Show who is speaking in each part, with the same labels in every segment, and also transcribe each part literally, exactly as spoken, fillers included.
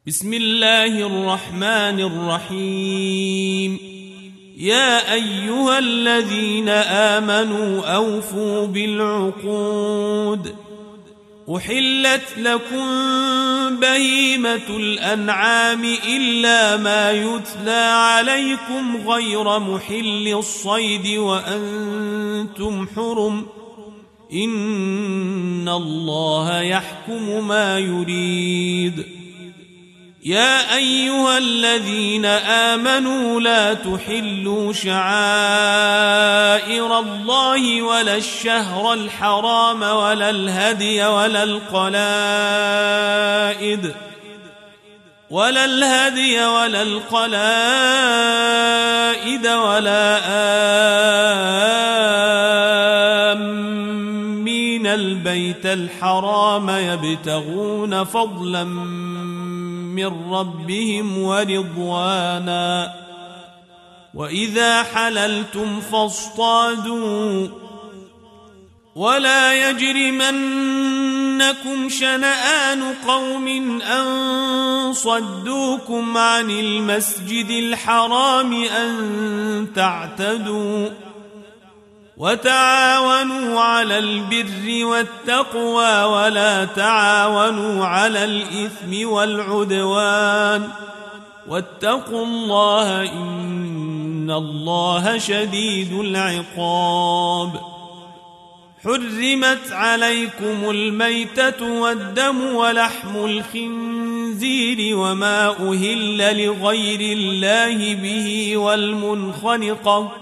Speaker 1: بسم الله الرحمن الرحيم. يا أيها الذين آمنوا أوفوا بالعقود. أحلت لكم بهيمة الأنعام إلا ما يتلى عليكم غير محل الصيد وأنتم حرم، إن الله يحكم ما يريد. يا أيها الذين آمنوا لا تحلوا شعائر الله ولا الشهر الحرام ولا الهدي ولا القلائد ولا الهدي ولا القلائد ولا آمين البيت الحرام يبتغون فضلا من ربهم ورضوانا. وإذا حللتم فاصطادوا ولا يجرمنكم شنآن قوم أن صدوكم عن المسجد الحرام أن تعتدوا. وتعاونوا على البر والتقوى ولا تعاونوا على الإثم والعدوان، واتقوا الله إن الله شديد العقاب. حرمت عليكم الميتة والدم ولحم الخنزير وما أهل لغير الله به والمنخنقة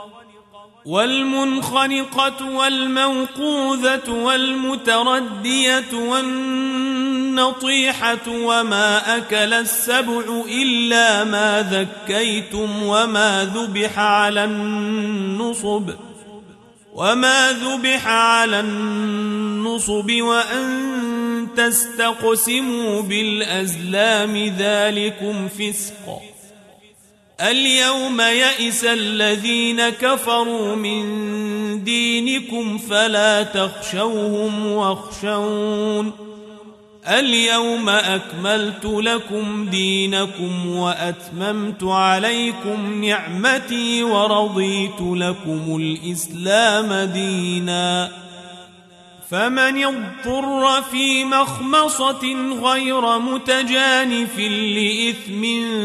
Speaker 1: والمنخنقة والموقوذة والمتردية والنطيحة وما أكل السبع إلا ما ذكيتم وما ذبح على النصب وما ذبح على النصب وأن تستقسموا بالأزلام ذلكم فسق. اليوم يئس الذين كفروا من دينكم فلا تخشوهم واخشون. اليوم أكملت لكم دينكم وأتممت عليكم نعمتي ورضيت لكم الإسلام دينا. فمن اضطر في مخمصة غير متجانف لإثم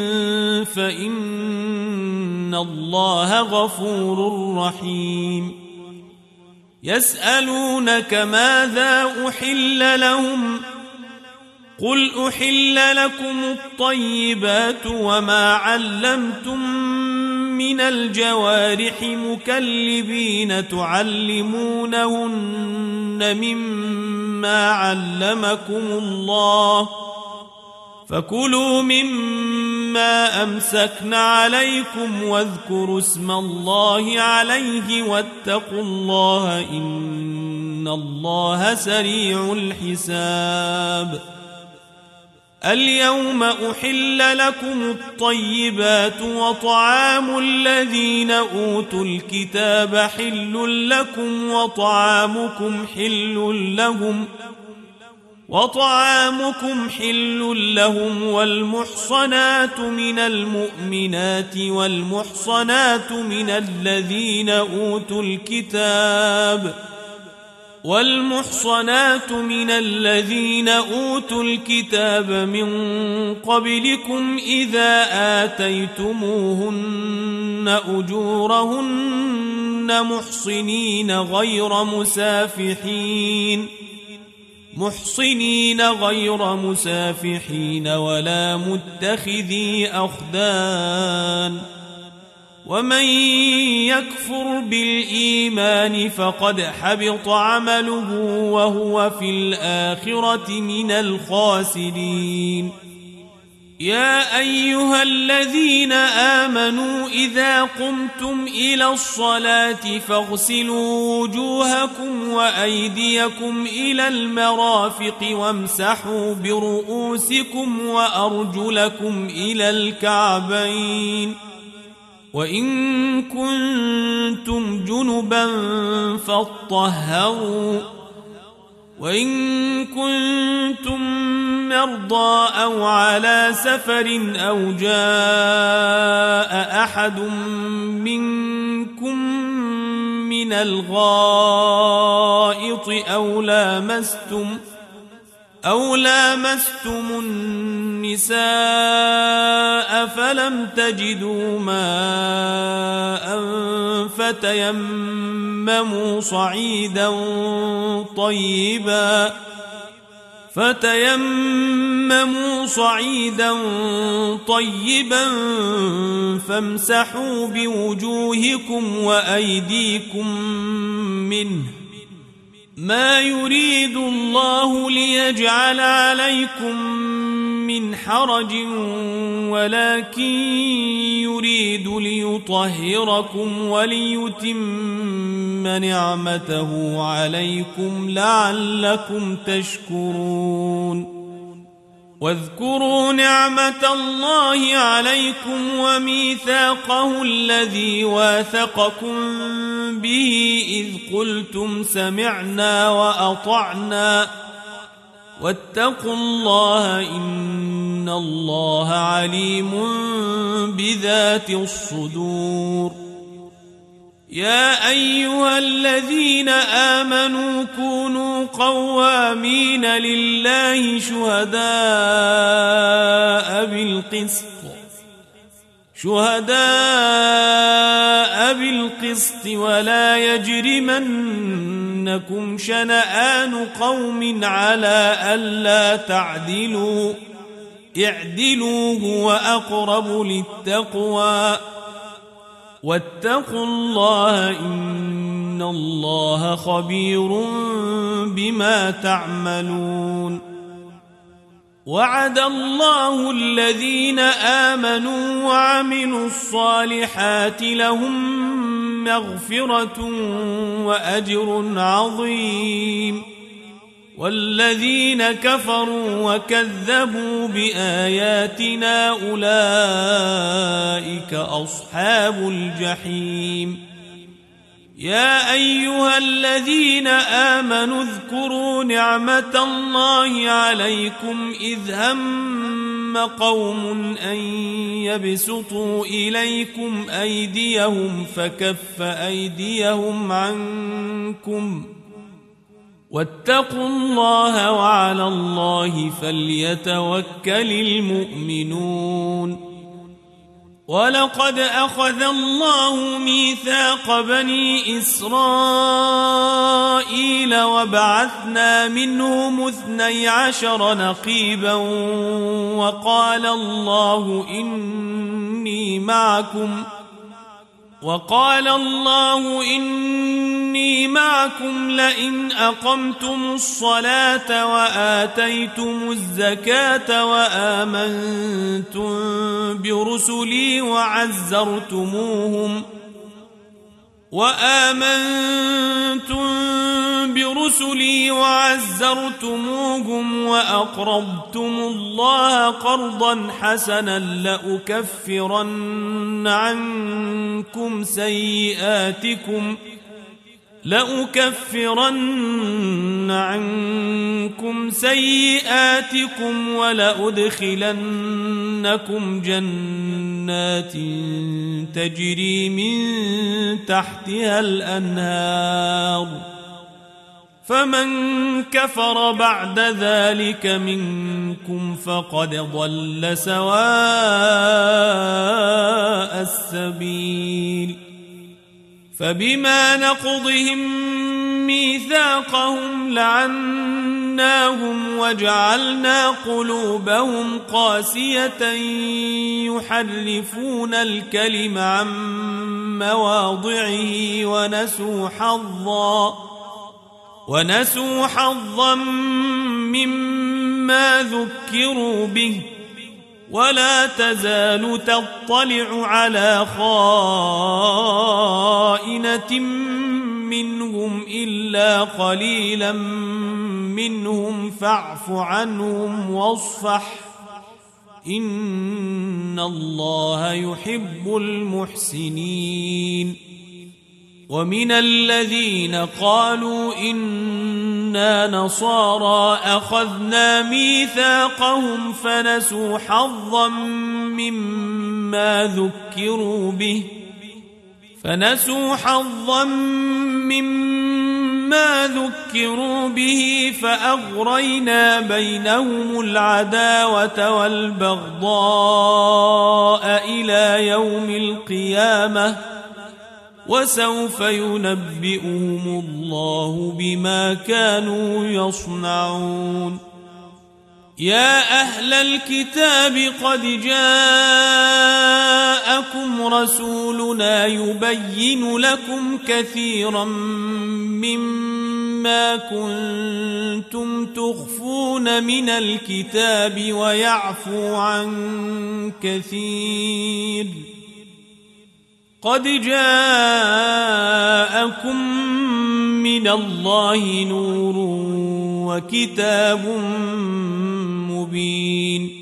Speaker 1: فإن الله غفور رحيم. يسألونك ماذا أحل لهم قل أحل لكم الطيبات وما علمتم من الجوارح مكلبين تعلمونهن مما علمكم الله فكلوا مما أمسكن عليكم واذكروا اسم الله عليه واتقوا الله إن الله سريع الحساب. اليوم أحل لكم الطيبات وطعام الذين أوتوا الكتاب حل لكم وطعامكم حل لهم وطعامكم حل لهم والمحصنات من المؤمنات والمحصنات من الذين أوتوا الكتاب والمحصنات من الذين أوتوا الكتاب من قبلكم إذا آتيتموهن أجورهن محصنين غير مسافحين محصنين غير مسافحين ولا متخذي أخدان. ومن يكفر بالإيمان فقد حبط عمله وهو في الآخرة من الخاسرين. يا أيها الذين آمنوا إذا قمتم إلى الصلاة فاغسلوا وجوهكم وأيديكم إلى المرافق وامسحوا برؤوسكم وأرجلكم إلى الكعبين وإن كنتم جنبا فاطهروا وإن كنتم مرضى أو على سفر أو جاء أحد منكم من الغائط أو لامستم أو لامستم النساء فلم تجدوا ماء فتيمموا صعيدا طيبا فتيمموا صعيدا طيبا فامسحوا بوجوهكم وأيديكم منه ما يريد الله ليجعل عليكم من حرج ولكن يريد ليطهركم وليتم نعمته عليكم لعلكم تشكرون واذكروا نعمة الله عليكم وميثاقه الذي واثقكم به إذ قلتم سمعنا وأطعنا واتقوا الله إن الله عليم بذات الصدور يا أيها الذين آمنوا كونوا قوامين لله شهداء بالقسط شهداء بالقسط ولا يجرمنكم شنآن قوم على ألا تعدلوا اعدلوا هو أقرب للتقوى واتقوا الله إن الله خبير بما تعملون وعد الله الذين آمنوا وعملوا الصالحات لهم مغفرة وأجر عظيم والذين كفروا وكذبوا بآياتنا أولئك أصحاب الجحيم يا أيها الذين آمنوا اذكروا نعمة الله عليكم إذ هم قوم أن يبسطوا إليكم أيديهم فكف أيديهم عنكم واتقوا الله وعلى الله فليتوكل المؤمنون ولقد أخذ الله ميثاق بني إسرائيل وبعثنا منهم اثني عشر نقيبا وقال الله إني معكم وقال الله إني معكم لئن أقمتم الصلاة وآتيتم الزكاة وآمنتم برسلي وعزرتموهم وآمنتم برسلي وعزرتموهم وأقرضتم الله قرضا حسنا لأكفرن عنكم سيئاتكم لأكفرن عنكم سيئاتكم ولأدخلنكم جنات تجري من تحتها الأنهار فمن كفر بعد ذلك منكم فقد ضل سواء السبيل فبما نقضهم ميثاقهم لعناهم وجعلنا قلوبهم قاسية يحرفون الكلم عن مواضعه ونسوا حظا ونسوا حظا مما ذكروا به ولا تزال تطلع على خائنة منهم إلا قليلا منهم فاعف عنهم واصفح إن الله يحب المحسنين ومن الذين قالوا إنا نصارى أخذنا ميثاقهم فنسوا حظا مما ذكروا به فنسوا حظا مما ذكروا به فأغرينا بينهم العداوة والبغضاء إلى يوم القيامة وسوف ينبئهم الله بما كانوا يصنعون. يا أهل الكتاب قد جاءكم رسولنا يبين لكم كثيرا مما كنتم تخفون من الكتاب ويعفو عن كثير. قد جاءكم من الله نور وكتاب مبين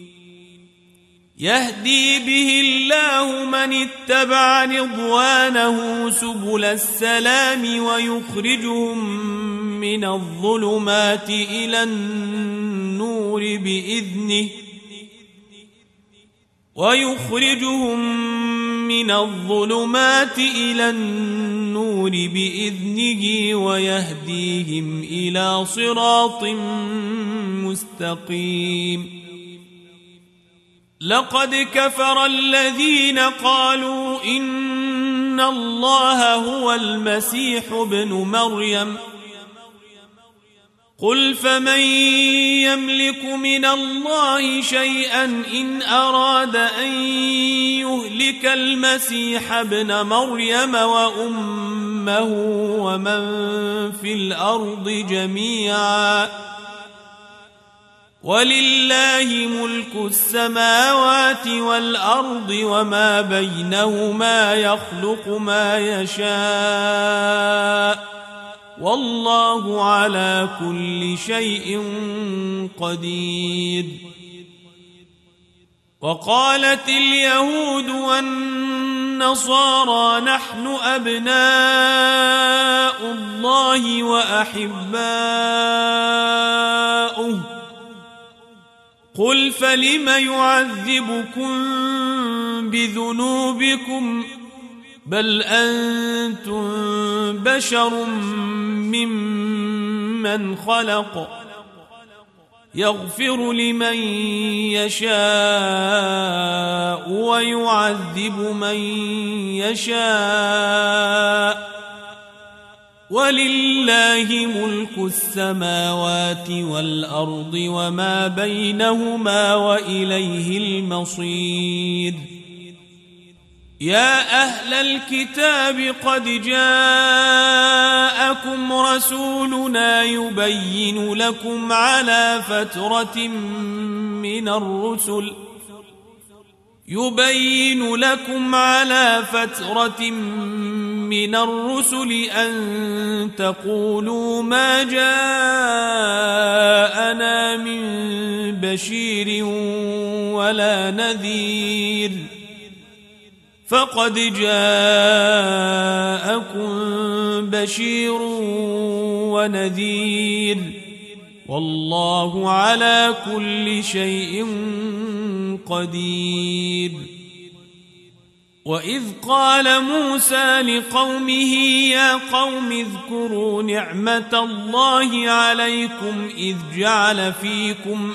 Speaker 1: يهدي به الله من اتبع رضوانه سبل السلام ويخرجهم من الظلمات إلى النور بإذنه ويخرجهم من الظلمات إلى النور بإذنه ويهديهم إلى صراط مستقيم. لقد كفر الذين قالوا إن الله هو المسيح ابن مريم قل فمن يملك من الله شيئا إن أراد أن يهلك المسيح ابن مريم وأمه ومن في الأرض جميعا ولله ملك السماوات والأرض وما بينهما يخلق ما يشاء والله على كل شيء قدير. وقالت اليهود والنصارى نحن أبناء الله وأحباؤه قل فلم يعذبكم بذنوبكم بل أنتم بشر ممن خلق يغفر لمن يشاء ويعذب من يشاء ولله ملك السماوات والأرض وما بينهما وإليه المصير. يا أهل الكتاب قد جاءكم رسولنا يبين لكم على فترة من الرسل يبين لكم على فترة من الرسل أن تقولوا ما جاءنا من بشير ولا نذير فقد جاءكم بشير ونذير والله على كل شيء قدير. وإذ قال موسى لقومه يا قوم اذكروا نعمة الله عليكم إذ جعل فيكم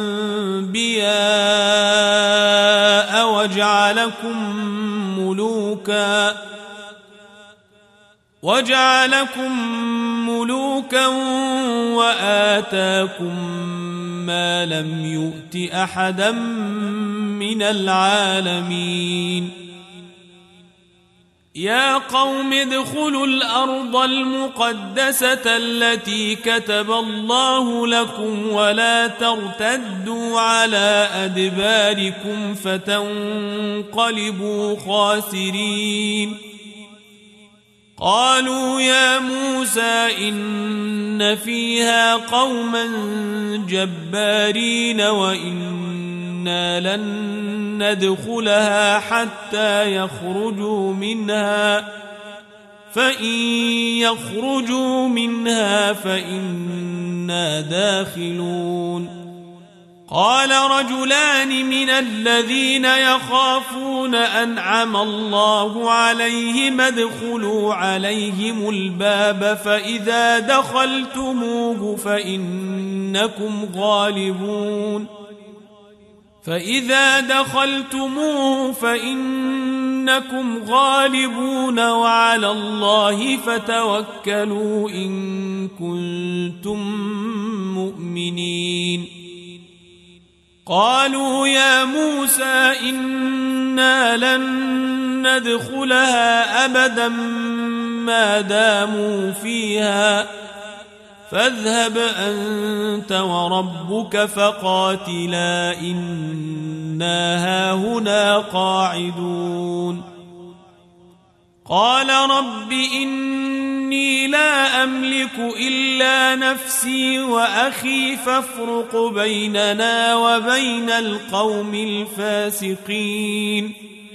Speaker 1: أنبياء وجعلكم ملوكا وجعلكم ملوكا وآتاكم ما لم يؤت أحدا من العالمين. يا قوم ادخلوا الأرض المقدسة التي كتب الله لكم ولا ترتدوا على أدباركم فتنقلبوا خاسرين. قالوا يا موسى إن فيها قوما جبارين وإنا لن ندخلها حتى يخرجوا منها فإن يخرجوا منها فإنا داخلون. قال رجلان من الذين يخافون أنعم الله عليهم ادخلوا عليهم الباب فإذا دخلتموه فإنكم غالبون فإذا دخلتموه فإنكم غالبون وعلى الله فتوكلوا إن كنتم مؤمنين. قالوا يا موسى إنا لن ندخلها أبدا ما داموا فيها فاذهب أنت وربك فقاتلا إنا هاهنا قاعدون. قال رب إني لا أملك إلا نفسي وأخي فافرق بيننا وبين القوم الفاسقين.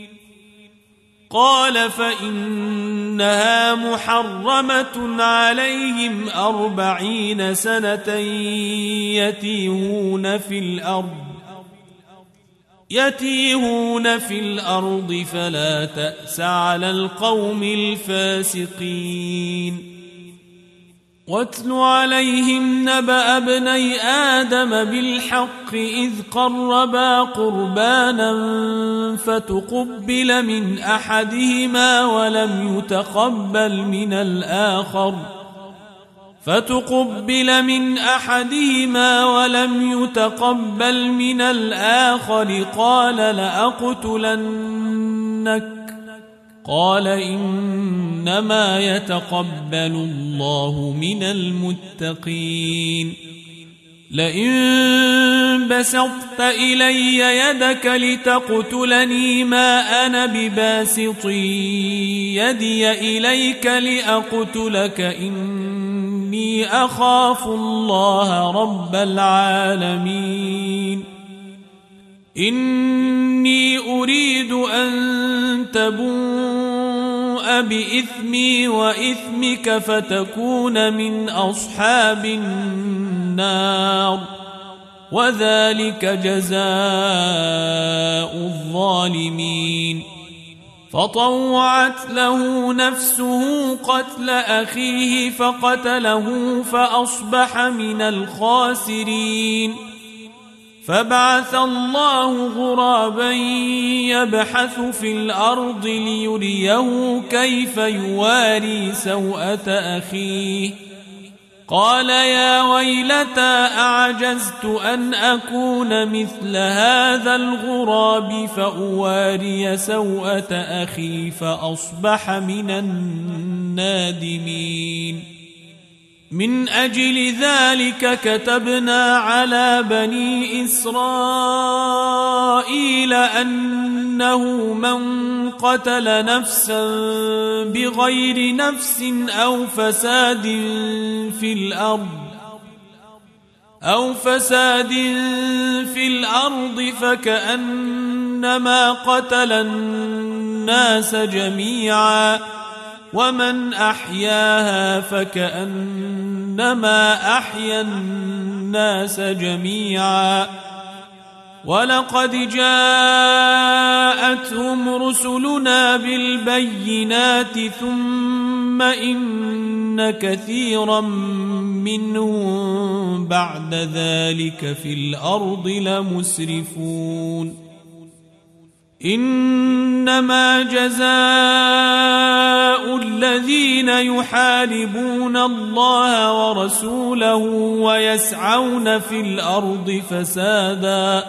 Speaker 1: قال فإنها محرمة عليهم أربعين سنة يتيهون في الأرض يتيهون في الأرض فلا تأس على القوم الفاسقين. واتل عليهم نبأ ابني آدم بالحق إذ قربا قربانا فتقبل من أحدهما ولم يتقبل من الآخر فتقبل من أحدهما ولم يتقبل من الآخر قال لأقتلنك قال إنما يتقبل الله من المتقين. لئن بسطت إلي يدك لتقتلني ما أنا بباسط يدي إليك لأقتلك إني أخاف الله رب العالمين. إني أريد أن تبوء بإثمي وإثمك فتكون من أصحاب النار وذلك جزاء الظالمين. فطوعت له نفسه قتل أخيه فقتله فأصبح من الخاسرين. فبعث الله غرابا يبحث في الأرض ليريه كيف يواري سوءة أخيه قال يا ويلتى أعجزت أن أكون مثل هذا الغراب فأواري سوءة أخي فأصبح من النادمين. من أجل ذلك كتبنا على بني إسرائيل أنه من قتل نفسا بغير نفس أو فساد في الأرض أو فساد في الأرض فكأنما قتل الناس جميعا ومن أحياها فكأنما أحيا الناس جميعا. ولقد جاءتهم رسلنا بالبينات ثم إن كثيرا منهم بعد ذلك في الأرض لمسرفون. إنما جزاء الذين يحاربون الله ورسوله ويسعون في الأرض فسادا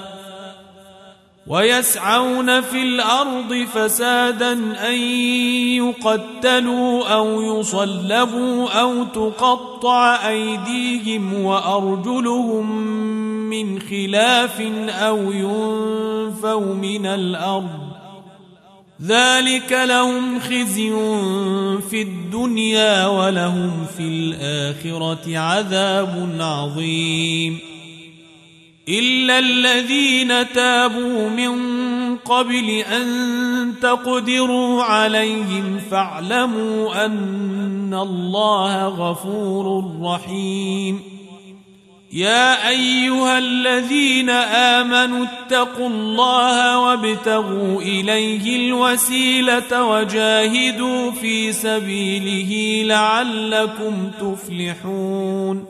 Speaker 1: ويسعون في الأرض فسادا أن يقتلوا أو يصلبوا أو تقطع أيديهم وأرجلهم من خلاف أو ينفوا من الأرض ذلك لهم خزي في الدنيا ولهم في الآخرة عذاب عظيم. إلا الذين تابوا من قبل أن تقدروا عليهم فاعلموا أن الله غفور رحيم. يا أيها الذين آمنوا اتقوا الله وابتغوا إليه الوسيلة وجاهدوا في سبيله لعلكم تفلحون.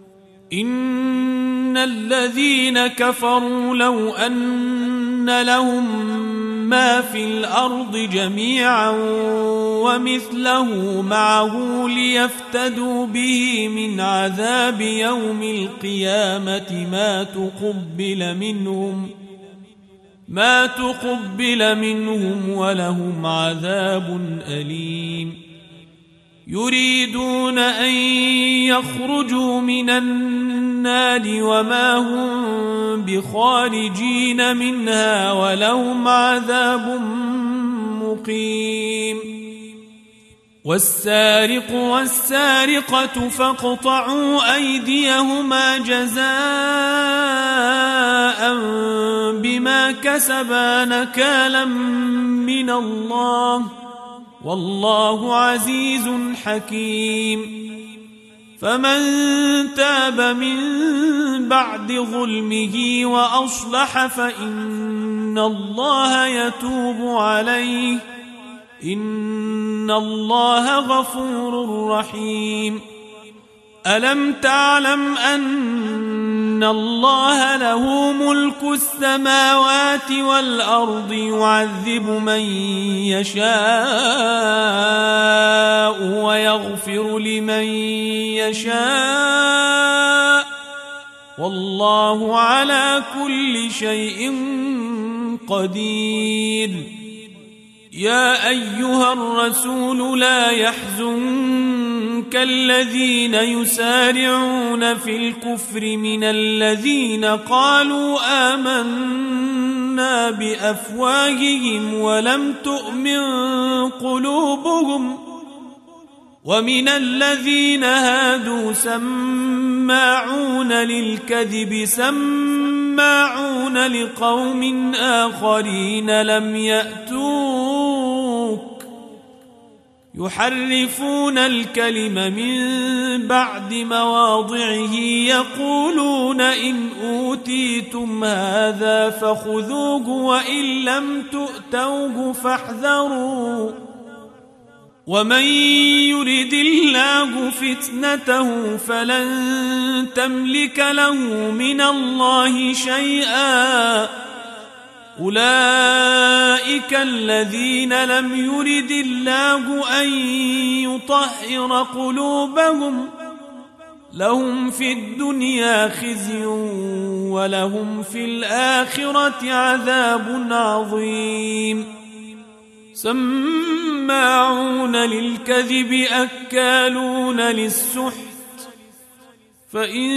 Speaker 1: إن الذين كفروا لو أن لهم ما في الأرض جميعا ومثله معه ليفتدوا به من عذاب يوم القيامة ما تقبل منهم ما تقبل منهم ولهم عذاب أليم. يريدون أن يخرجوا من النار وما هم بخارجين منها ولهم عذاب مقيم. والسارق والسارقة فاقطعوا أيديهما جزاء بما كسبا نكالا من الله والله عزيز حكيم. فمن تاب من بعد ظلمه وأصلح فإن الله يتوب عليه إن الله غفور رحيم. ألم تعلم أن الله له ملك السماوات والأرض يعذب من يشاء ويغفر لمن يشاء والله على كل شيء قدير. يا أيها الرسول لا يحزنك الذين يسارعون في الكفر من الذين قالوا آمنا بأفواههم ولم تؤمن قلوبهم ومن الذين هادوا سماعون للكذب سماعون لقوم آخرين لم يأتوك يحرفون الكلم من بعد مواضعه يقولون إن أوتيتم هذا فخذوه وإن لم تؤتوه فاحذروا ومن يرد الله فتنته فلن تملك له من الله شيئا أولئك الذين لم يرد الله أن يطهر قلوبهم لهم في الدنيا خزي ولهم في الآخرة عذاب عظيم. سماعون للكذب أكالون للسحت فإن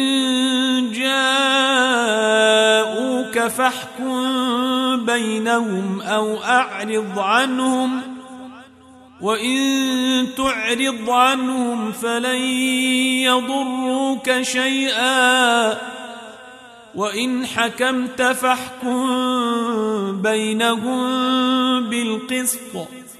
Speaker 1: جاءوك فاحكم بينهم أو أعرض عنهم وإن تعرض عنهم فلن يضروك شيئا وإن حكمت فاحكم بينهم بالقسط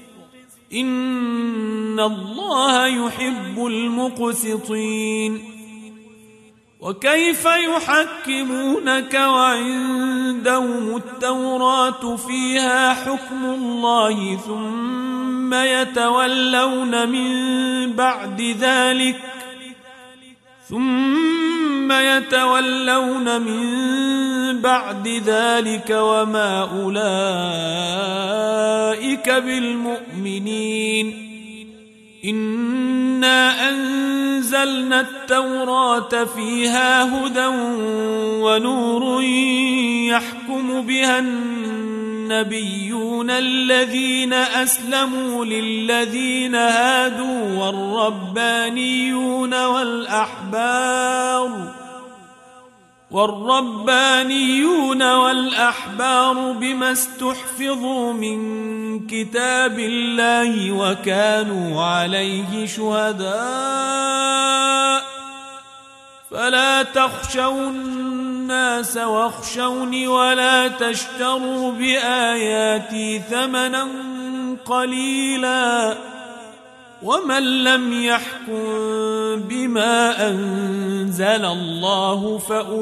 Speaker 1: إن الله يحب المقسطين. وكيف يحكمونك وعندهم التوراة فيها حكم الله ثم يتولون من بعد ذلك ثم يتولون من بعد ذلك وما أولئك بالمؤمنين. إنا أنزلنا التوراة فيها هدى ونور يحكم بها النبيون الذين أسلموا للذين هادوا والربانيون والأحبار والربانيون والأحبار بما استحفظوا من كتاب الله وكانوا عليه شهداء فلا تخشوا الناس واخشوني ولا تشتروا بآياتي ثمنا قليلا ومن لم يحكم بما أنزل الله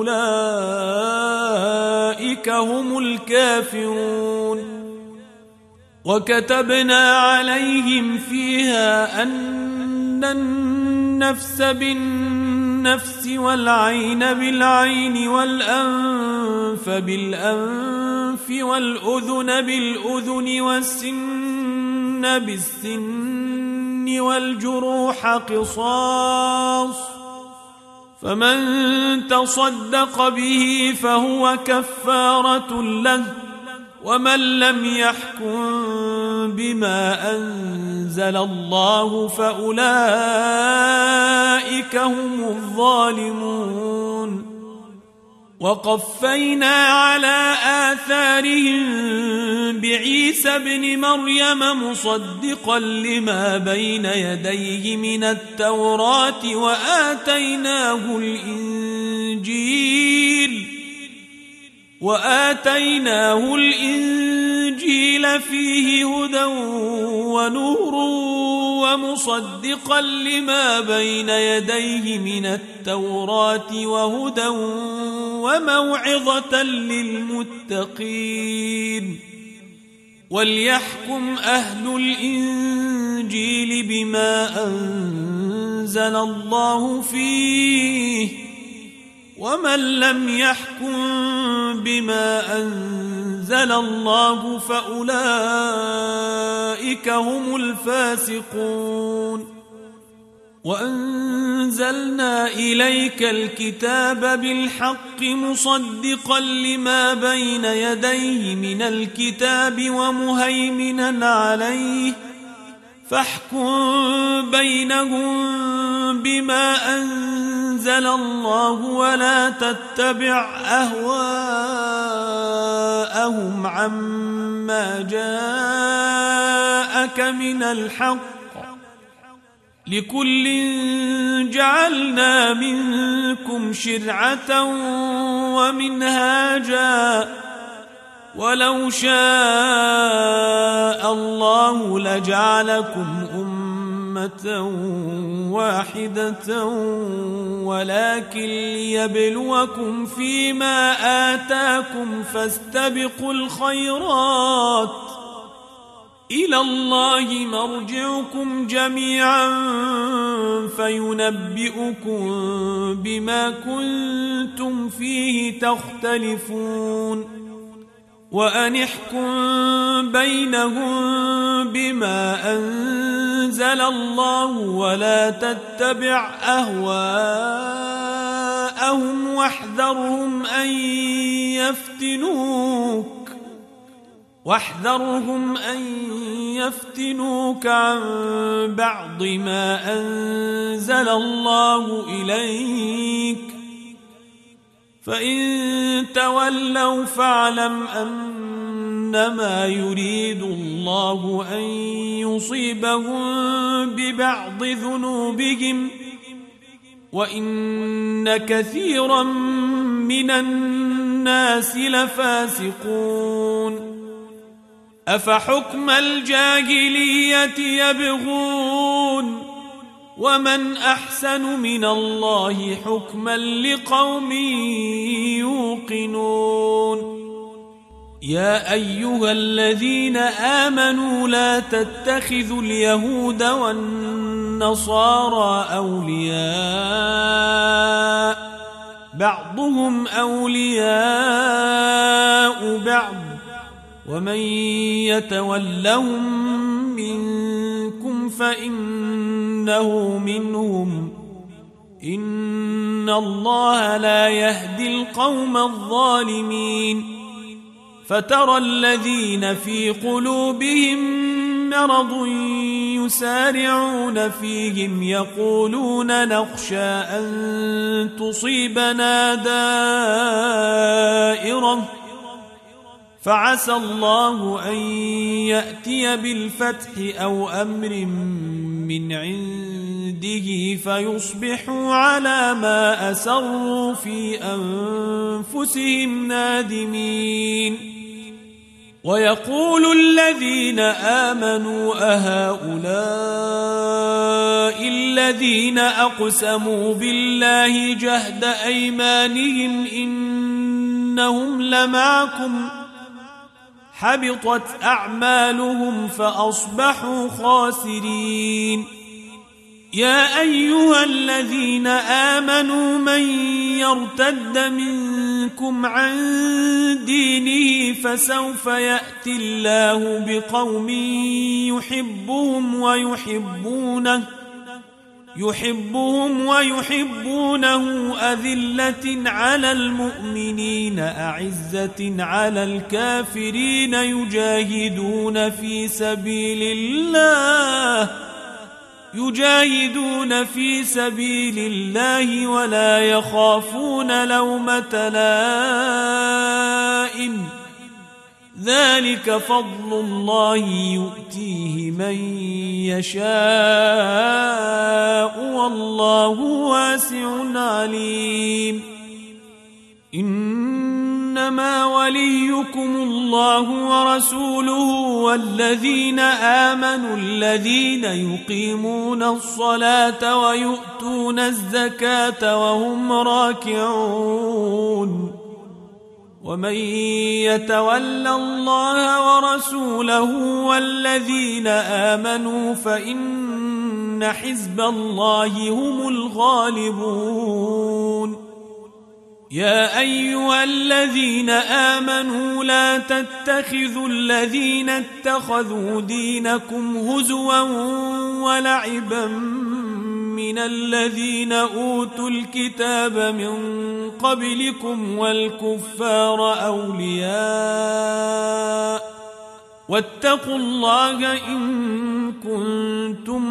Speaker 1: فأولئك هم الكافرون. وكتبنا عليهم فيها أن النفس بالنفس والعين بالعين والأنف بالأنف والأذن بالأذن والسن بالسن والجروح قصاص فمن تصدق به فهو كفارة له ومن لم يحكم بما أنزل الله فأولئك هم الظالمون. وقفينا على آثارهم بعيسى ابن مريم مصدقا لما بين يديه من التوراة وآتيناه الإنجيل وآتيناه الإنجيل فيه هدى ونور ومصدقا لما بين يديه من التوراة وهدى وموعظة للمتقين. وليحكم أهل الإنجيل بما أنزل الله فيه ومن لم يحكم بما أنزل الله فأولئك هم الفاسقون. وأنزلنا إليك الكتاب بالحق مصدقا لما بين يديه من الكتاب ومهيمنا عليه فاحكم بينهم بما أنزل الله ولا تتبع أهواءهم عما جاءك من الحق لكل جعلنا منكم شرعة ومنهاجا ولو شاء الله لجعلكم أمة واحدة ولكن ليبلوكم فيما آتاكم فاستبقوا الخيرات إلى الله مرجعكم جميعا فينبئكم بما كنتم فيه تختلفون. وأن احكم بينهم بما أنزل الله ولا تتبع أهواءهم واحذرهم أن يفتنوك واحذرهم أن يفتنوك عن بعض ما أنزل الله إليك فإن تولوا فاعلم أنما يريد الله أن يصيبهم ببعض ذنوبهم وإن كثيرا من الناس لفاسقون. أفحكم الجاهلية يبغون ومن أحسن من الله حكما لقوم يوقنون. يا أيها الذين آمنوا لا تتخذوا اليهود والنصارى أولياء بعضهم أولياء بعض ومن يتولهم منكم فإنه منهم إن الله لا يهدي القوم الظالمين. فترى الذين في قلوبهم مرض يسارعون فيهم يقولون نخشى أن تصيبنا دائرة فعسى الله أن يأتي بالفتح أو أمر من عنده فيصبحوا على ما أسروا في أنفسهم نادمين ويقول الذين آمنوا أهؤلاء الذين أقسموا بالله جهد أيمانهم إنهم لمعكم حبطت أعمالهم فأصبحوا خاسرين يا أيها الذين آمنوا من يرتد منكم عن دينه فسوف يأتي الله بقوم يحبهم ويحبونه يحبهم ويحبونه أذلة على المؤمنين أعزة على الكافرين يجاهدون في سبيل الله يجاهدون في سبيل الله ولا يخافون لومة لائم ذلك فضل الله يؤتيه من يشاء والله واسع عليم إنما وليكم الله ورسوله والذين آمنوا الذين يقيمون الصلاة ويؤتون الزكاة وهم راكعون ومن يتول الله ورسوله والذين آمنوا فإن حزب الله هم الغالبون يا أيها الذين آمنوا لا تتخذوا الذين اتخذوا دينكم هزوا ولعبا من الذين أوتوا الكتاب من قبلكم والكفار أولياء واتقوا الله إن كنتم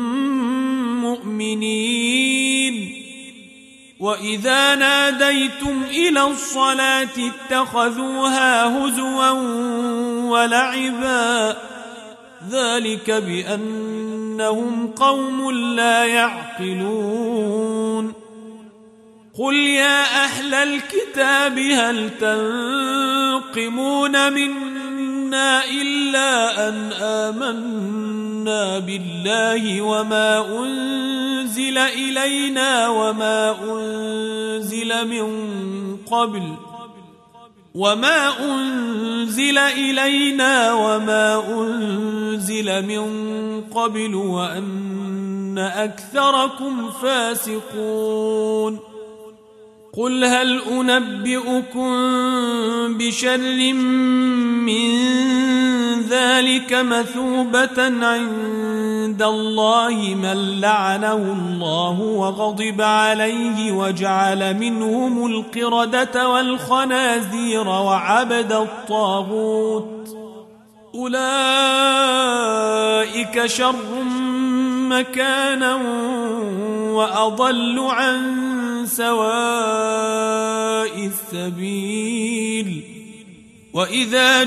Speaker 1: مؤمنين وإذا ناديتم إلى الصلاة اتخذوها هزوا ولعبا ذلك بأنهم قوم لا يعقلون قل يا أهل الكتاب هل تنقمون منا إلا أن آمنا بالله وما أنزل إلينا وما أنزل من قبل وما أنزل إلينا وما أنزل من قبل وأن أكثركم فاسقون قل هل أنبئكم بشر من ذلك مثوبة عند الله من لعنه الله وغضب عليه وجعل منهم القردة والخنازير وعبد الطاغوت أولئك شر مكانا وأضل عن سواء السبيل وإذا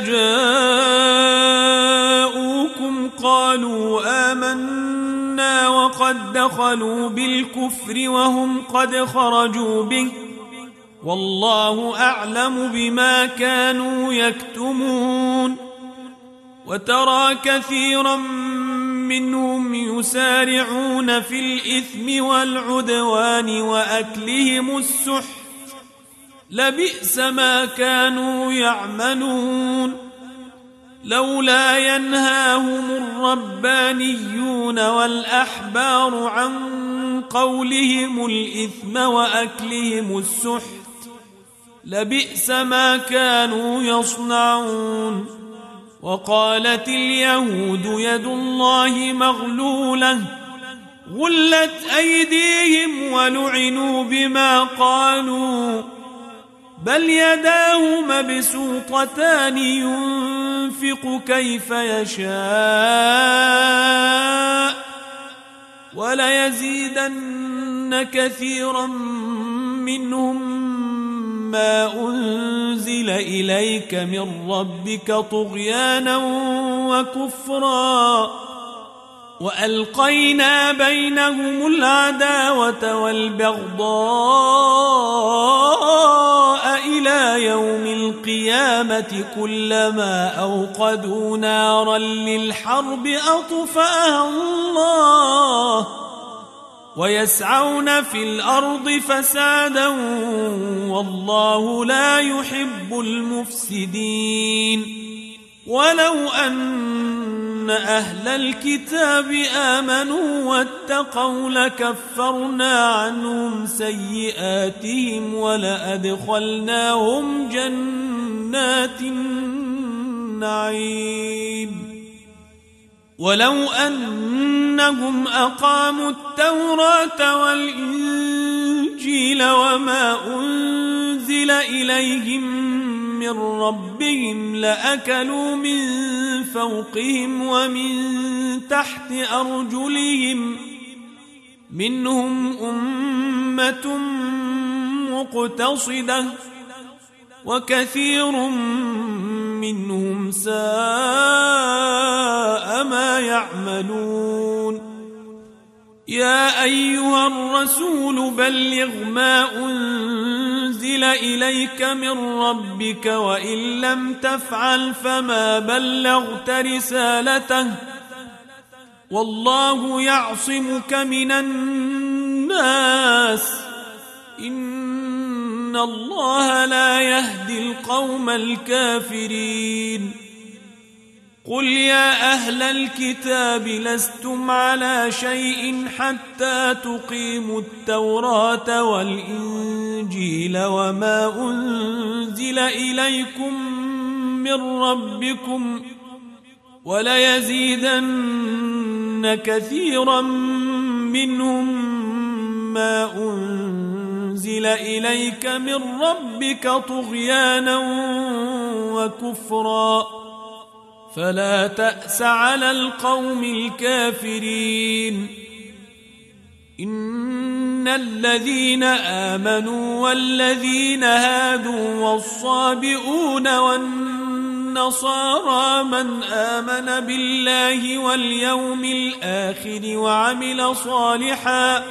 Speaker 1: جاءوكم قالوا آمنا وقد دخلوا بالكفر وهم قد خرجوا به والله أعلم بما كانوا يكتمون وترى كثيرا منهم يسارعون في الإثم والعدوان وأكلهم السحت لبئس ما كانوا يعملون لولا ينهاهم الربانيون والأحبار عن قولهم الإثم وأكلهم السحت لبئس ما كانوا يصنعون وقالت اليهود يد الله مغلولة غلت أيديهم ولعنوا بما قالوا بل يداه مبسوطتان ينفق كيف يشاء وليزيدن كثيرا منهم ما أنزل إليك من ربك طغيانا وكفرا وألقينا بينهم العداوة والبغضاء إلى يوم القيامة كلما أوقدوا نارا للحرب أطفأها الله ويسعون في الأرض فسادا والله لا يحب المفسدين. ولو أن أهل الكتاب آمنوا واتقوا لكفرنا عنهم سيئاتهم ولأدخلناهم جنات النعيم. ولو أنهم أقاموا التوراة والإنجيل وما أنزل إليهم من ربهم لأكلوا من فوقهم ومن تحت أرجلهم منهم أمة مقتصدة وكثير منهم ساء ما يعملون. يا أيها الرسول بلغ ما أنزل إليك من ربك وإن لم تفعل فما بلغت رسالته والله يعصمك من الناس إن الله لا يهدي القوم الكافرين. قل يا أهل الكتاب لستم على شيء حتى تقيموا التوراة والإنجيل وما أنزل إليكم من ربكم وليزيدن كثيرا منهم ما أنزل إليك من ربك طغيانا وكفرا فلا تأس على القوم الكافرين. إن الذين آمنوا والذين هادوا والصابئون والنصارى من آمن بالله واليوم الآخر وعمل صالحا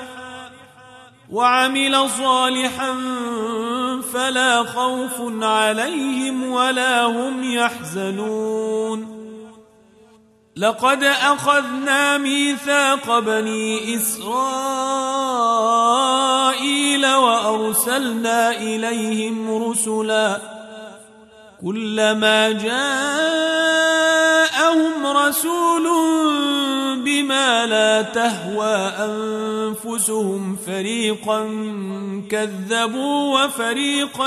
Speaker 1: وعمل صالحا فلا خوف عليهم ولا هم يحزنون. لقد أخذنا ميثاق بني إسرائيل وأرسلنا إليهم رسلا كلما جاءهم رسول بما لا تهوى أنفسهم فريقا كذبوا وفريقا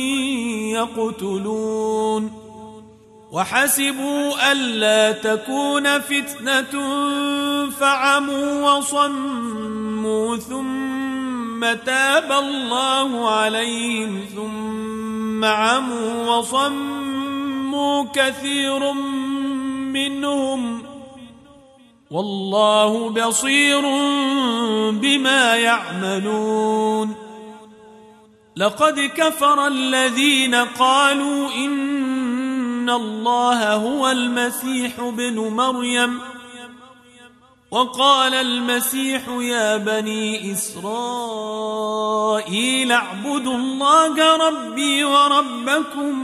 Speaker 1: يقتلون. وحسبوا ألا تكون فتنة فعموا وصموا ثم تاب الله عليهم ثم عموا وصموا كثير منهم والله بصير بما يعملون. لقد كفر الذين قالوا إن الله هو المسيح ابن مريم وقال المسيح يا بني إسرائيل اعبدوا الله ربي وربكم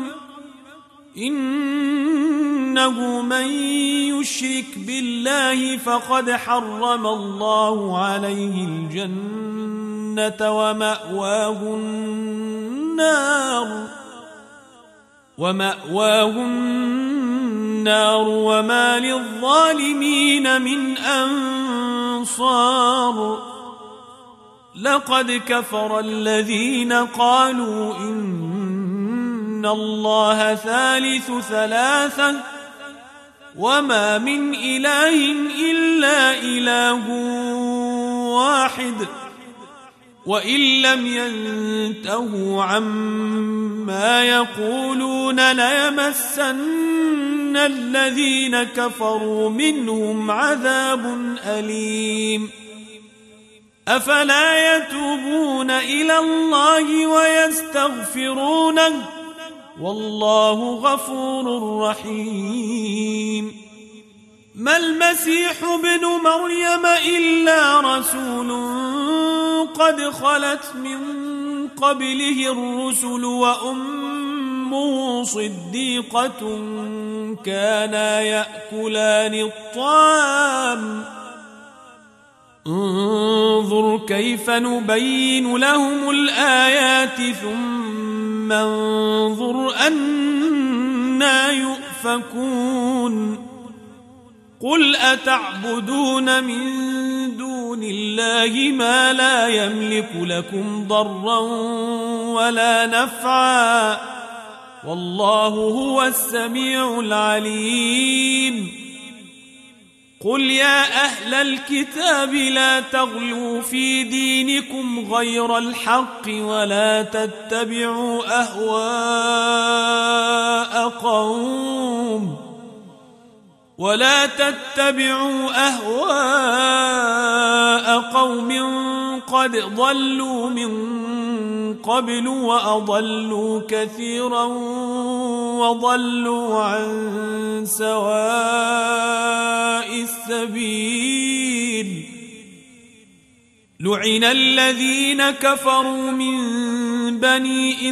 Speaker 1: إنه من يشرك بالله فقد حرم الله عليه الجنة ومأواه النار ومأواه النار وما للظالمين من أنصار. لقد كفر الذين قالوا إن الله ثالث ثلاثة وما من إله إلا إله واحد وإن لم ينتهوا عما يقولون ليمسن الذين كفروا منهم عذاب أليم. أفلا يتوبون إلى الله ويستغفرونه والله غفور رحيم. ما المسيح ابن مريم إلا رسول قد خلت من قبله الرسل وأمه صديقة كانا يأكلان الطعام انظر كيف نبين لهم الآيات ثم انظر أنى يؤفكون قل أتعبدون من دون الله ما لا يملك لكم ضرا ولا نفعا والله هو السميع العليم قل يا أهل الكتاب لا تغلوا في دينكم غير الحق ولا تتبعوا أهواء قوم ولا تتبعوا أهواء قوم قد ضلوا من قبل وأضلوا كثيرا وضلوا عن سواء السبيل لعن الذين كفروا من بني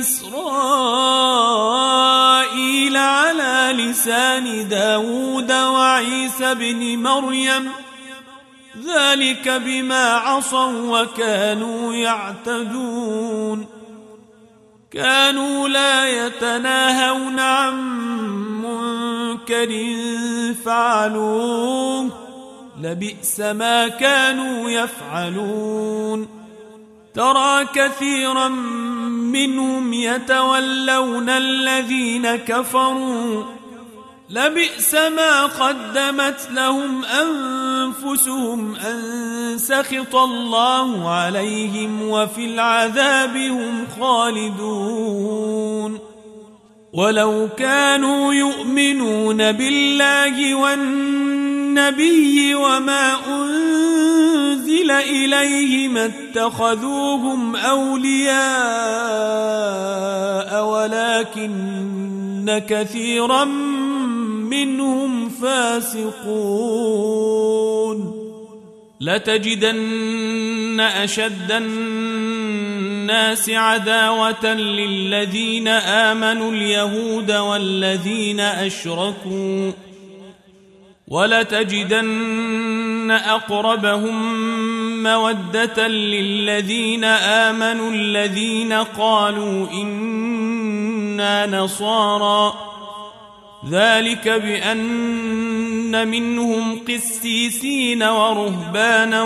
Speaker 1: إسرائيل على لسان داود وعيسى بن مريم ذلك بما عصوا وكانوا يعتدون كانوا لا يتناهون عن منكر فعلوه لبئس ما كانوا يفعلون ترى كثيرا منهم يتولون الذين كفروا لبئس ما قدمت لهم أنفسهم أن سخط الله عليهم وفي العذاب هم خالدون ولو كانوا يؤمنون بالله والنبي وما أنزل إليه ما اتخذوهم أولياء ولكن كثيرا منهم فاسقون لتجدن أشد الناس عداوة للذين آمنوا اليهود والذين أشركوا ولتجدن أقربهم مودة للذين آمنوا الذين قالوا إنا نصارى ذلك بأن منهم قسيسين ورهبانا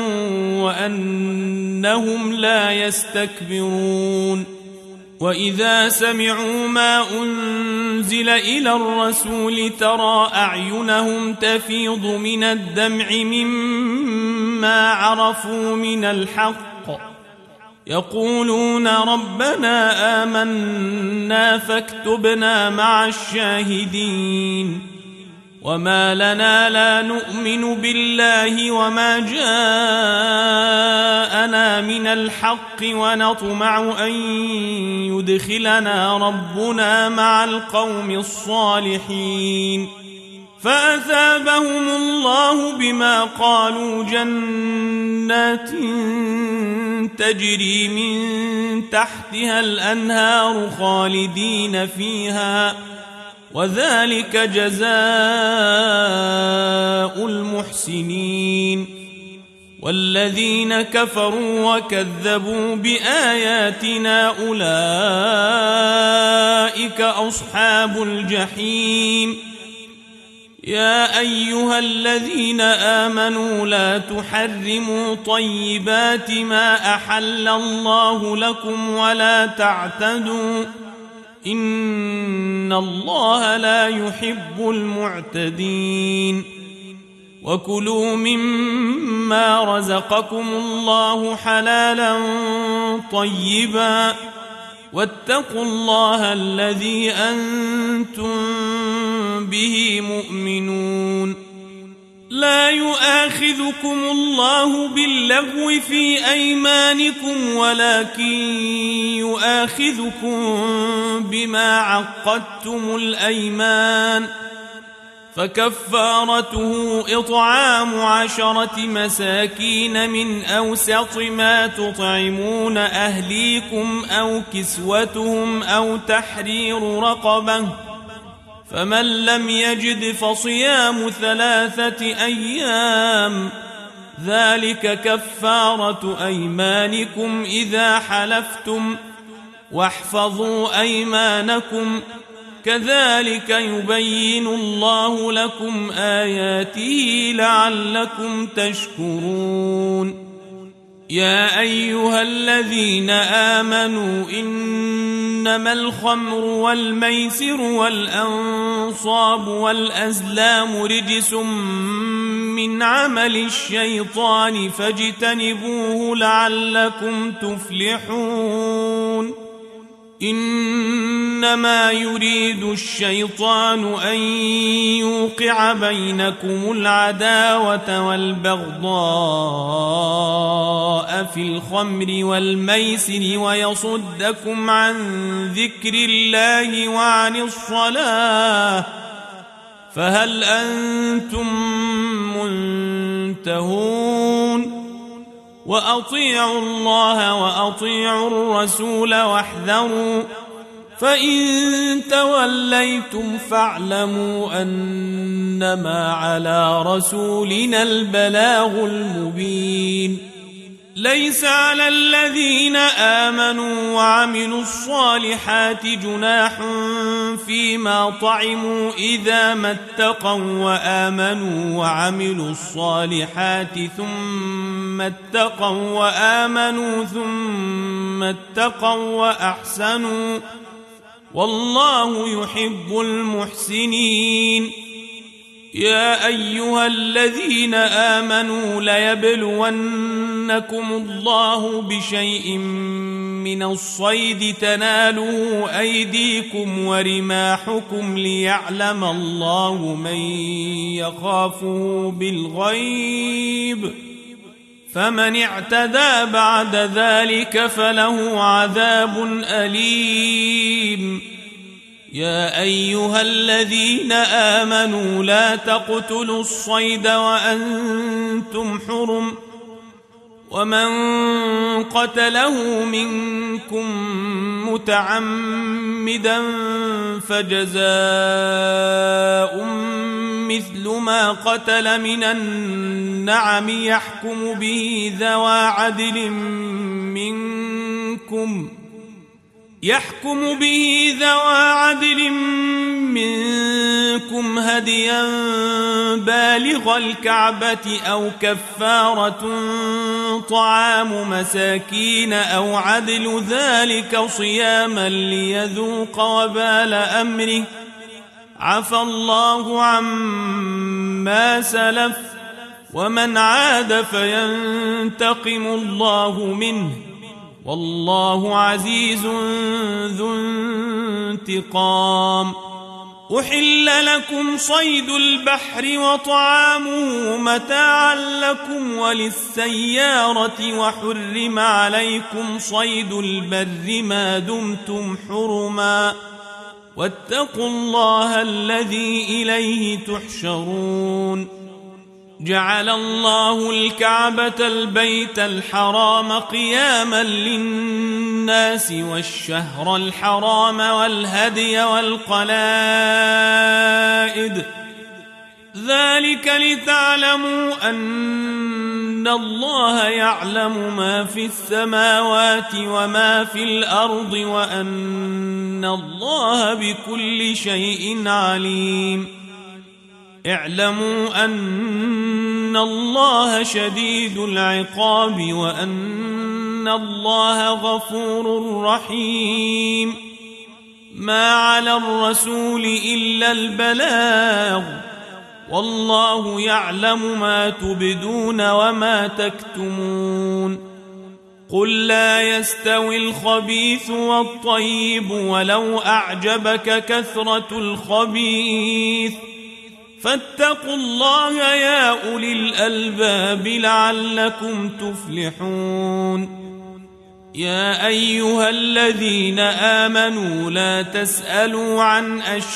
Speaker 1: وأنهم لا يستكبرون وإذا سمعوا ما أنزل إلى الرسول ترى أعينهم تفيض من الدمع مما عرفوا من الحق يقولون ربنا آمنا فاكتبنا مع الشاهدين وما لنا لا نؤمن بالله وما جاءنا من الحق ونطمع أن يدخلنا ربنا مع القوم الصالحين فأثابهم الله بما قالوا جنات تجري من تحتها الأنهار خالدين فيها وذلك جزاء المحسنين والذين كفروا وكذبوا بآياتنا أولئك أصحاب الجحيم يا أيها الذين آمنوا لا تحرموا طيبات ما أحل الله لكم ولا تعتدوا إن الله لا يحب المعتدين وكلوا مما رزقكم الله حلالا طيبا واتقوا الله الذي أنتم به مؤمنون لا يؤاخذكم الله باللغو في أيمانكم ولكن يؤاخذكم بما عقدتم الأيمان فكفارته إطعام عشرة مساكين من أوسط ما تطعمون أهليكم أو كسوتهم أو تحرير رقبة، فمن لم يجد فصيام ثلاثة أيام، ذلك كفارة أيمانكم إذا حلفتم، واحفظوا أيمانكم، كذلك يبين الله لكم آياته لعلكم تشكرون. يا أيها الذين آمنوا إنما الخمر والميسر والأنصاب والأزلام رجس من عمل الشيطان فاجتنبوه لعلكم تفلحون. إنما يريد الشيطان أن يوقع بينكم العداوة والبغضاء في الخمر والميسر ويصدكم عن ذكر الله وعن الصلاة، فهل أنتم منتهون؟ وأطيعوا الله وأطيعوا الرسول واحذروا، فإن توليتم فاعلموا أنما على رسولنا البلاغ المبين. ليس على الذين آمنوا وعملوا الصالحات جناح فيما طعموا إذا ما اتقوا وآمنوا وعملوا الصالحات ثم اتقوا وآمنوا ثم اتقوا وأحسنوا، والله يحب المحسنين. يا أيها الذين آمنوا ليبلونكم الله بشيء من الصيد تناله أيديكم ورماحكم ليعلم الله من يخافه بالغيب، فمن اعتدى بعد ذلك فله عذاب أليم. يا أيها الذين آمنوا لا تقتلوا الصيد وأنتم حرم، ومن قتله منكم متعمدا فجزاء مثل ما قتل من النعم يحكم به ذوى عدل منكم يحكم به ذوى عدل منكم هديا بالغ الكعبة أو كفارة طعام مساكين أو عدل ذلك صياما ليذوق وبال أمره، عفى الله عما سلف، ومن عاد فينتقم الله منه، والله عزيز ذو انتقام. أحل لكم صيد البحر وطعامه متاعا لكم وللسيارة، وحرم عليكم صيد البر ما دمتم حرما، واتقوا الله الذي إليه تحشرون. جعل الله الكعبة البيت الحرام قياما للناس والشهر الحرام والهدي والقلائد، ذلك لتعلموا أن الله يعلم ما في السماوات وما في الأرض وأن الله بكل شيء عليم. اعلموا أن الله شديد العقاب وأن الله غفور رحيم. ما على الرسول إلا البلاغ، والله يعلم ما تبدون وما تكتمون. قل لا يستوي الخبيث والطيب ولو أعجبك كثرة الخبيث، فاتقوا الله يا أولي الألباب لعلكم تفلحون. يا أيها الذين آمنوا لا تسألوا عن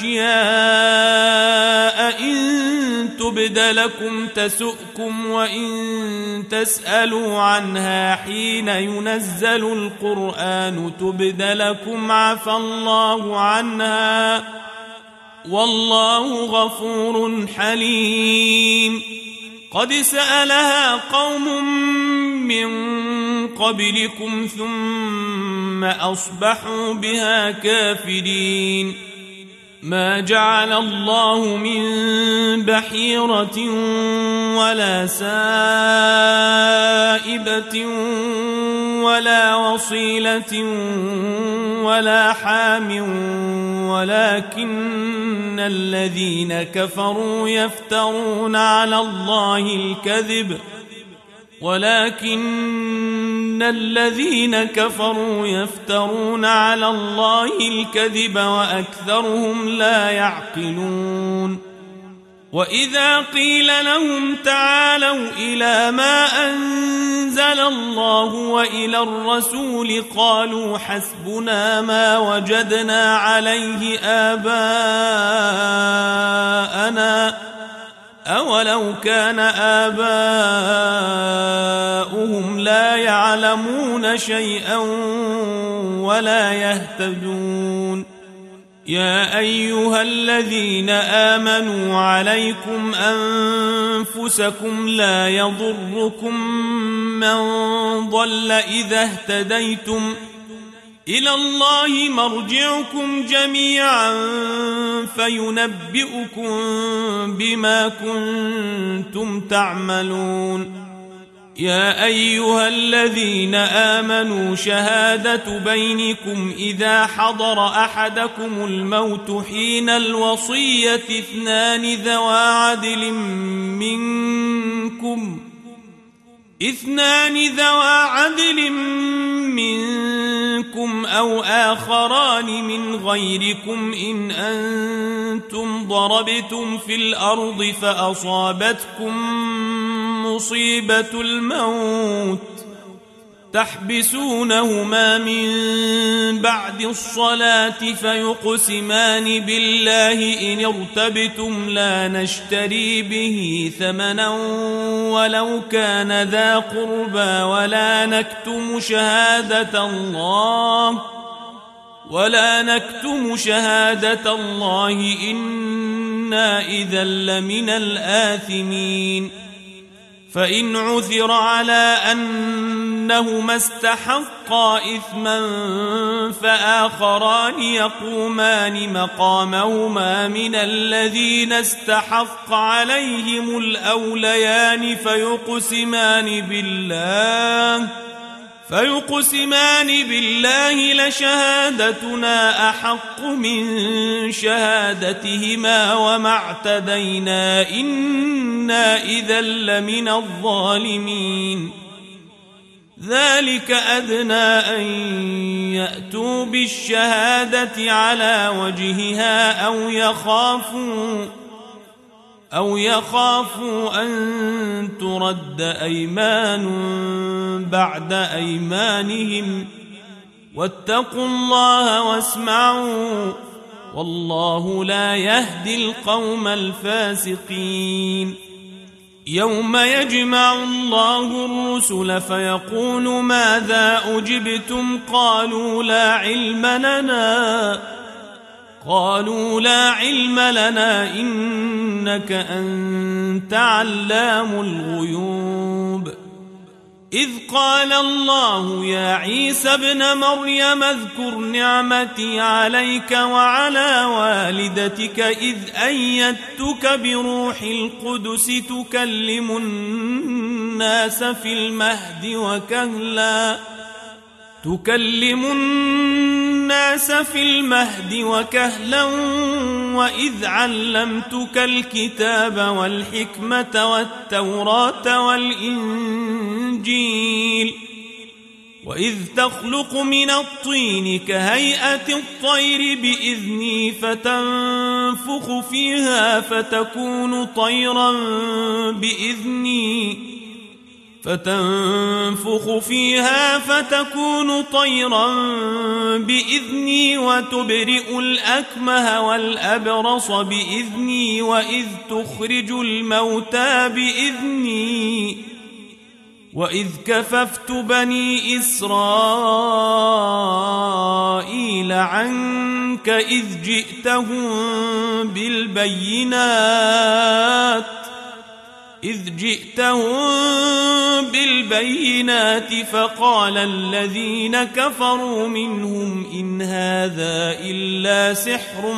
Speaker 1: أشياء إن تبد لكم تسؤكم وإن تسألوا عنها حين ينزل القرآن تبد لكم عفى الله عنها والله غفور حليم. قد سألها قوم من قبلكم ثم أصبحوا بها كافرين. ما جعل الله من بحيرة ولا سائبة ولا وصيلة ولا حام ولكن الذين كفروا يفترون على الله الكذب ولكن الذين كفروا يفترون على الله الكذب وأكثرهم لا يعقلون. وإذا قيل لهم تعالوا إلى ما أنزل الله وإلى الرسول قالوا حسبنا ما وجدنا عليه آباءنا أولو كان آباؤهم لا يعلمون شيئا ولا يهتدون. يا أيها الذين آمنوا عليكم أنفسكم لا يضركم من ضل إذا اهتديتم إلى الله مرجعكم جميعا فينبئكم بما كنتم تعملون. يا أيها الذين آمنوا شهادة بينكم إذا حضر أحدكم الموت حين الوصية اثنان ذوى عدل منكم اثنان ذوى عدل منكم أو آخران من غيركم إن أنتم ضربتم في الأرض فأصابتكم مصيبة الموت تحبسونهما من بعد الصلاة فيقسمان بالله إن ارتبتم لا نشتري به ثمنا ولو كان ذا قربى ولا نكتم شهادة الله ولا نكتم شهادة الله إنا إذا لمن الآثمين. فإن عثر على أنهما استحقا إثما فآخران يقومان مقامهما من الذين استحق عليهم الأوليان فيقسمان بالله فيقسمان بالله لشهادتنا أحق من شهادتهما وما اعتدينا إنا إذا لمن الظالمين. ذلك أدنى أن يأتوا بالشهادة على وجهها أو يخافوا أو يخافوا أن ترد أيمان بعد أيمانهم واتقوا الله واسمعوا والله لا يهدي القوم الفاسقين. يوم يجمع الله الرسل فيقول ماذا أجبتم قالوا لا علم لنا قالوا لا علم لنا إنك أنت علام الغيوب. إذ قال الله يا عيسى ابن مريم اذكر نعمتي عليك وعلى والدتك إذ أيدتك بروح القدس تكلم الناس في المهد وكهلا تكلم الناس في المهد وكهلا وإذ علمتك الكتاب والحكمة والتوراة والإنجيل وإذ تخلق من الطين كهيئة الطير بإذني فتنفخ فيها فتكون طيرا بإذني فتنفخ فيها فتكون طيرا بإذني وتبرئ الأكمه والأبرص بإذني وإذ تخرج الموتى بإذني وإذ كففت بني إسرائيل عنك إذ جئتهم بالبينات إذ جئتهم بالبينات فقال الذين كفروا منهم إن هذا إلا سحر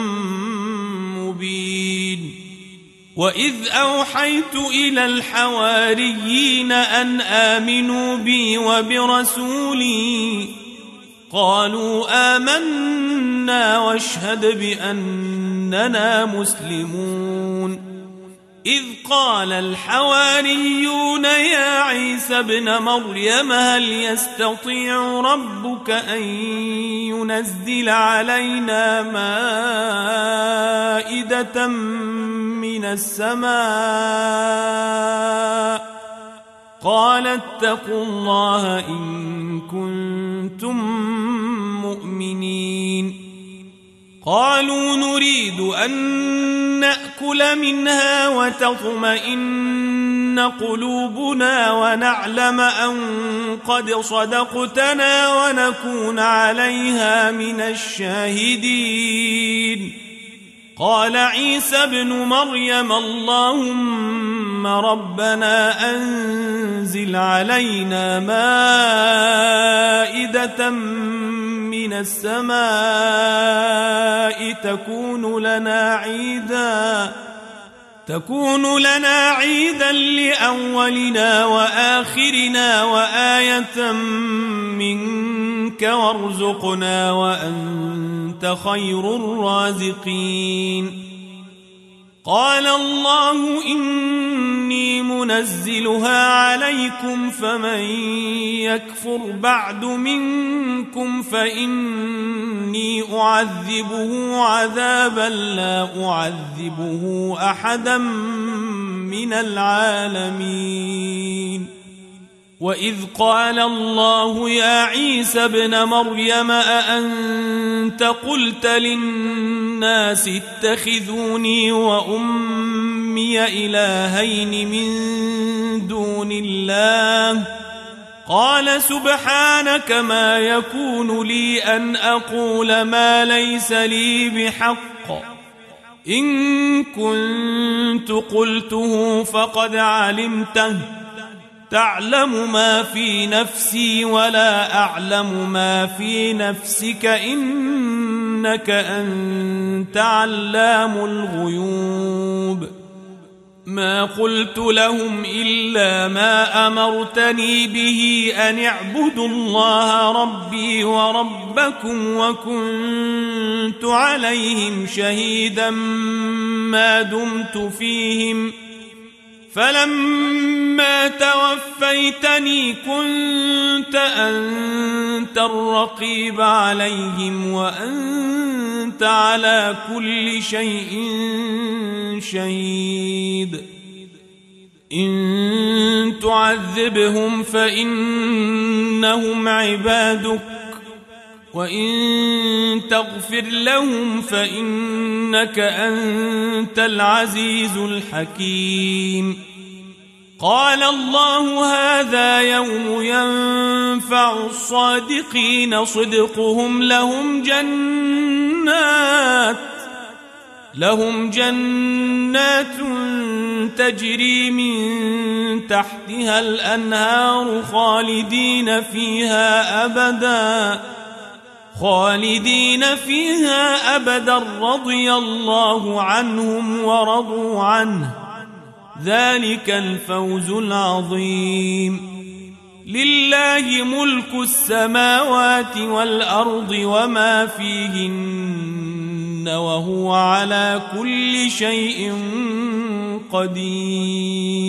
Speaker 1: مبين وإذ أوحيت إلى الحواريين أن آمنوا بي وبرسولي قالوا آمنا واشهد بأننا مسلمون إذ قال الحواريون يا عيسى ابن مريم هل يستطيع ربك أن ينزل علينا مائدة من السماء قال اتقوا الله إن كنتم مؤمنين قالوا نريد أن نأكل منها وتطمئن قلوبنا ونعلم أن قد صدقتنا ونكون عليها من الشاهدين قال عيسى ابن مريم اللهم ربنا أنزل علينا مائدة من السماء تكون لنا عيدا تكون لنا عيدا لأولنا وآخرنا وآية منك وارزقنا وأنت خير الرازقين قال الله إني منزلها عليكم فمن يكفر بعد منكم فإني أعذبه عذابا لا أعذبه أحدا من العالمين وإذ قال الله يا عيسى ابن مريم أأنت قلت للناس اتخذوني وأمي إلهين من دون الله قال سبحانك ما يكون لي أن أقول ما ليس لي بحق إن كنت قلته فقد علمته تعلم ما في نفسي ولا أعلم ما في نفسك إنك أنت علام الغيوب ما قلت لهم إلا ما أمرتني به أن اعبدوا الله ربي وربكم وكنت عليهم شهيدا ما دمت فيهم فلما توفيتني كنت أنت الرقيب عليهم وأنت على كل شيء شهيد إن تعذبهم فإنهم عبادك وإن تغفر لهم فإنك أنت العزيز الحكيم قال الله هذا يوم ينفع الصادقين صدقهم لهم جنات لهم جنات تجري من تحتها الأنهار خالدين فيها أبدا خالدين فيها أبدا رضي الله عنهم ورضوا عنه ذلك الفوز العظيم لله ملك السماوات والأرض وما فيهن وهو على كل شيء قدير